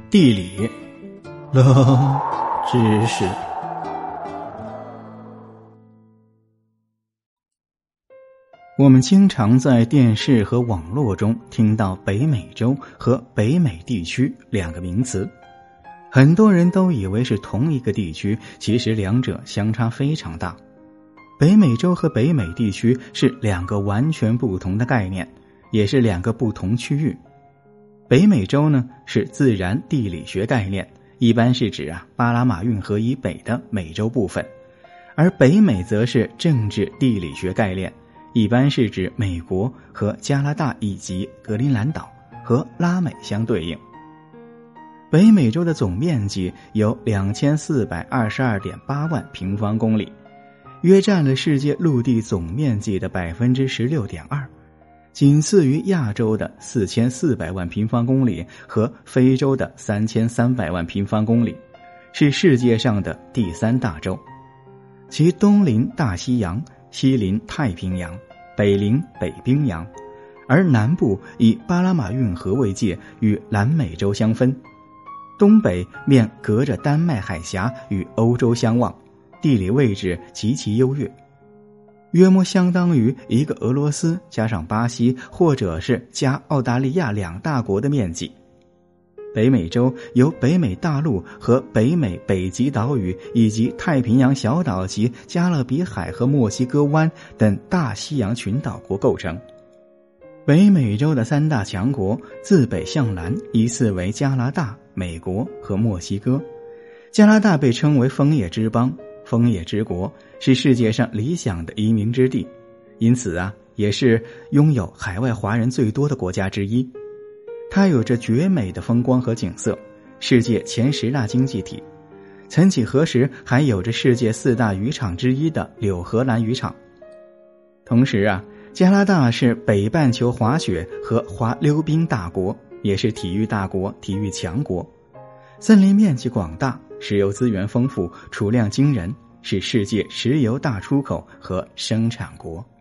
地理，冷知识。我们经常在电视和网络中听到北美洲和北美地区两个名词，很多人都以为是同一个地区，其实两者相差非常大。北美洲和北美地区是两个完全不同的概念，也是两个不同区域。北美洲呢是自然地理学概念，一般是指巴拿马运河以北的美洲部分，而北美则是政治地理学概念，一般是指美国和加拿大以及格陵兰岛和拉美相对应。北美洲的总面积有 2422.8 万平方公里，约占了世界陆地总面积的 16.2%， 仅次于亚洲的4400万平方公里和非洲的3300万平方公里，是世界上的第三大洲。其东临大西洋，西临太平洋，北临北冰洋，而南部以巴拿马运河为界，与南美洲相分。东北面隔着丹麦海峡与欧洲相望，地理位置极其优越，约莫相当于一个俄罗斯加上巴西或者是加澳大利亚两大国的面积。北美洲由北美大陆和北美北极岛屿以及太平洋小岛及加勒比海和墨西哥湾等大西洋群岛国构成。北美洲的三大强国自北向南依次为加拿大、美国和墨西哥。加拿大被称为枫叶之邦、枫叶之国，是世界上理想的移民之地，因此也是拥有海外华人最多的国家之一。它有着绝美的风光和景色，世界前10大经济体，曾几何时还有着世界4大渔场之一的纽荷兰渔场。同时加拿大是北半球滑雪和滑溜冰大国，也是体育大国、体育强国。森林面积广大，石油资源丰富，储量惊人，是世界石油大出口和生产国。